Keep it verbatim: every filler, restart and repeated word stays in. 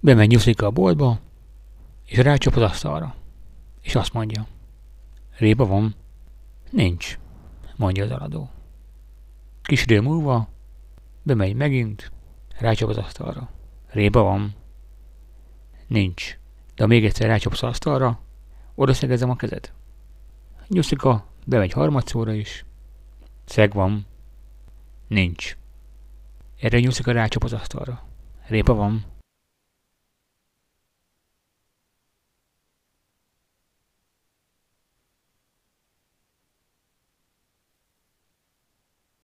Bemegy Nyuszika a boltba, és rácsap az asztalra. És azt mondja, répa van? Nincs, mondja az eladó. Kis idő múlva bemegy megint, rácsap az asztalra. Répa van? Nincs. De ha még egyszer rácsapsz az asztalra, oda szegezem a kezed. Nyuszika bemegy harmadszorra is. Szeg van? Nincs. Erre Nyuszika rácsap az asztalra. Répa van?